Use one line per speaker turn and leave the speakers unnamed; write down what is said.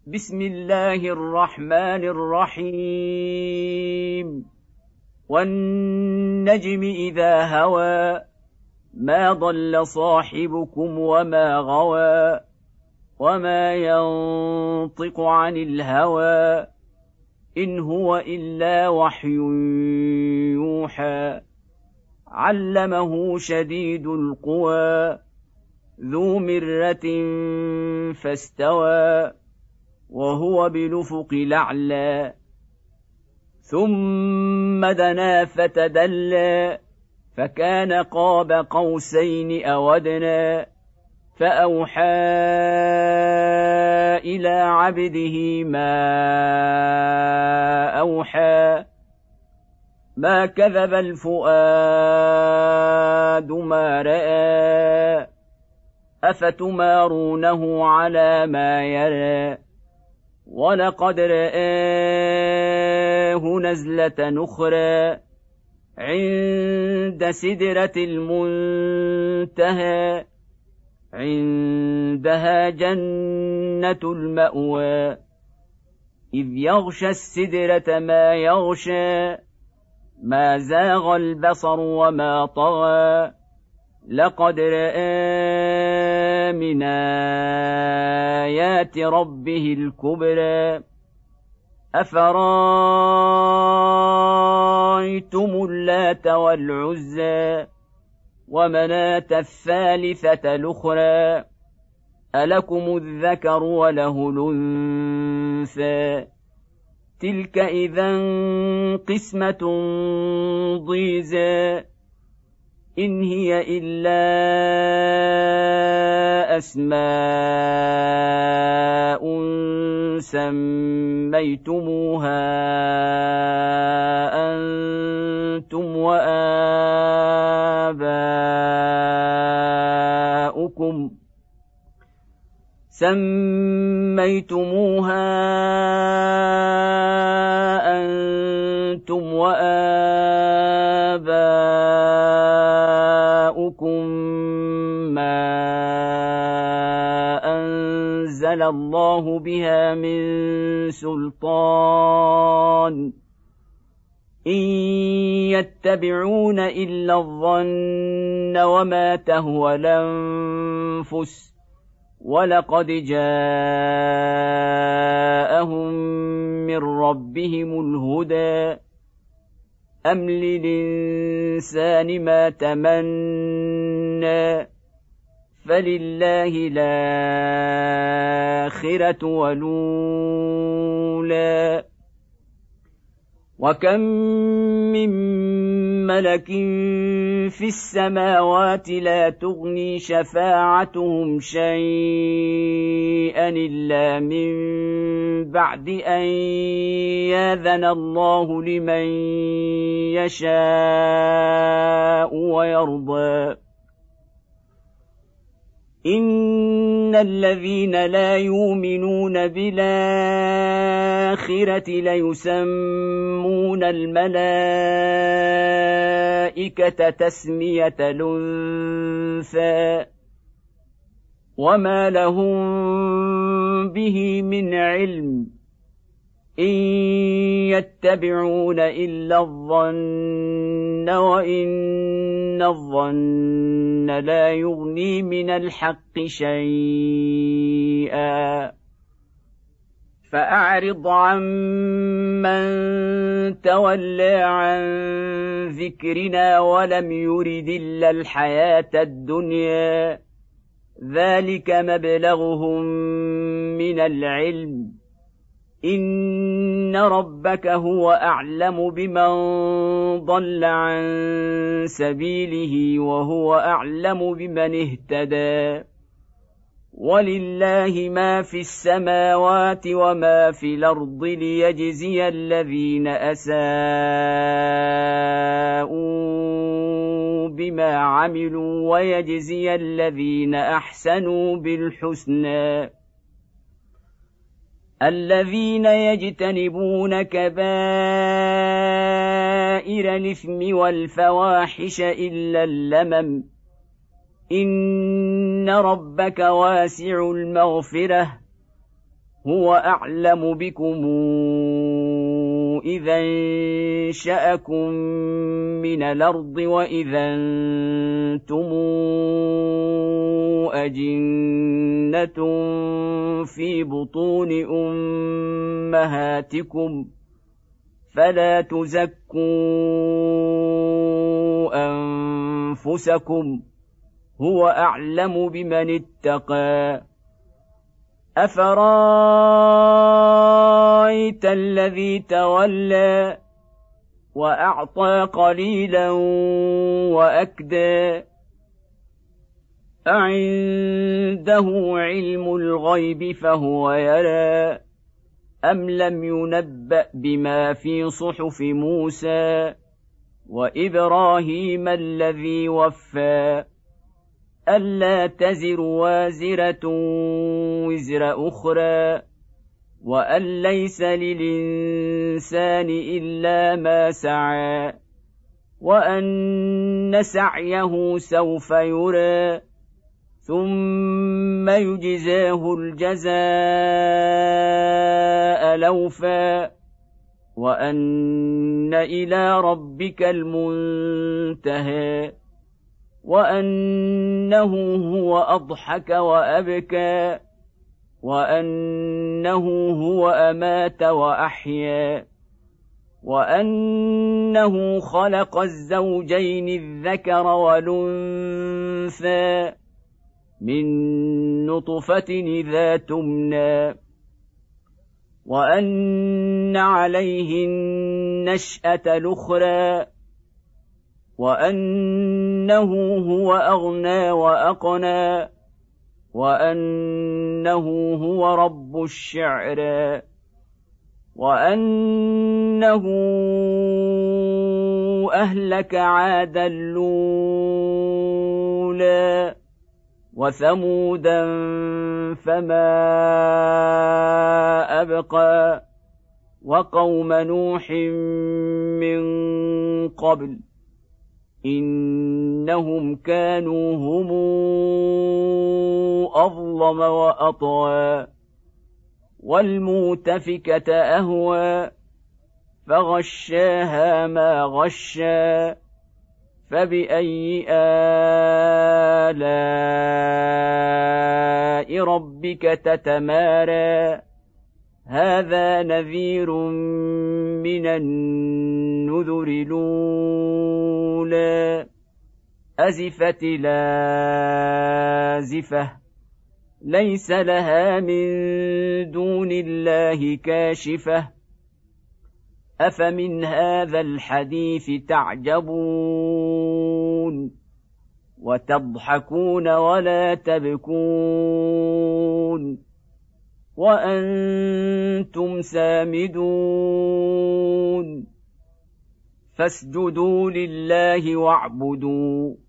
بسم الله الرحمن الرحيم والنجم إذا هوى ما ضل صاحبكم وما غوى وما ينطق عن الهوى إن هو إلا وحي يوحى علمه شديد القوى ذو مرة فاستوى وهو بالأفق الأعلى ثم دنا فتدلى فكان قاب قوسين أو أدنى فأوحى إلى عبده ما أوحى ما كذب الفؤاد ما رأى أفتمارونه على ما يرى ولقد رآه نزلة أخرى عند سدرة المنتهى عندها جنة المأوى إذ يغشى السدرة ما يغشى ما زاغ البصر وما طغى لقد رأى من آيات ربه الكبرى أفرأيتم اللات والعزى ومناة الثالثة الأخرى ألكم الذكر وله الأنثى تلك إذا قسمة ضيزى إن هي إلا أسماء سميتموها أنتم وآباؤكم ما أنزل الله بها من سلطان إن يتبعون إلا الظن وما تهوى الأنفس ولقد جاءهم من ربهم الهدى أم للإنسان ما تمنى فلله الآخرة والأولى وكم من ملك في السماوات لا تغني شفاعتهم شيئا إلا من بعد أن يأذن الله لمن يشاء ويرضى إن الذين لا يؤمنون بالآخرة ليسمون الملائكة تسمية الأنثى وما لهم به من علم إن يتبعون إلا الظن وإن الظن لا يغني من الحق شيئا فأعرض عمن تولى عن ذكرنا ولم يرد إلا الحياة الدنيا ذلك مبلغهم من العلم إن ربك هو أعلم بمن ضل عن سبيله وهو أعلم بمن اهتدى ولله ما في السماوات وما في الأرض ليجزي الذين أساءوا بما عملوا ويجزي الذين أحسنوا بالحسنى الذين يجتنبون كبائر الإثم والفواحش إلا اللمم إن ربك واسع المغفرة هو أعلم بكم إذا انشأكم من الأرض وإذا أنتم أجنة في بطون أمهاتكم فلا تزكوا أنفسكم هو أعلم بمن اتقى أفرأيت الذي تولى وأعطى قليلا وأكدى أعنده علم الغيب فهو يرى أم لم ينبأ بما في صحف موسى وإبراهيم الذي وفى ألا تزر وازرة وزر أخرى وأن ليس للإنسان إلا ما سعى وأن سعيه سوف يرى ثم يجزاه الجزاء الأوفى وأن إلى ربك المنتهى وأنه هو أضحك وأبكى وأنه هو أمات وأحيا وأنه خلق الزوجين الذكر والأنثى من نطفة إذا تمنى وأن عليه النشأة الأخرى وأنه هو أغنى وأقنى وأنه هو رب الشعرى وأنه أهلك عادا الأولى وثمودا فما أبقى وقوم نوح من قبل إنهم كانوا هم أظلم وأطغى والمؤتفكة أهوى فغشاها ما غشى فبأي آلاء ربك تتمارى هذا نذير من النذر الأولى أزفت لازفة ليس لها من دون الله كاشفة أفمن هذا الحديث تعجبون وتضحكون ولا تبكون وأنتم سامدون فاسجدوا لله واعبدوا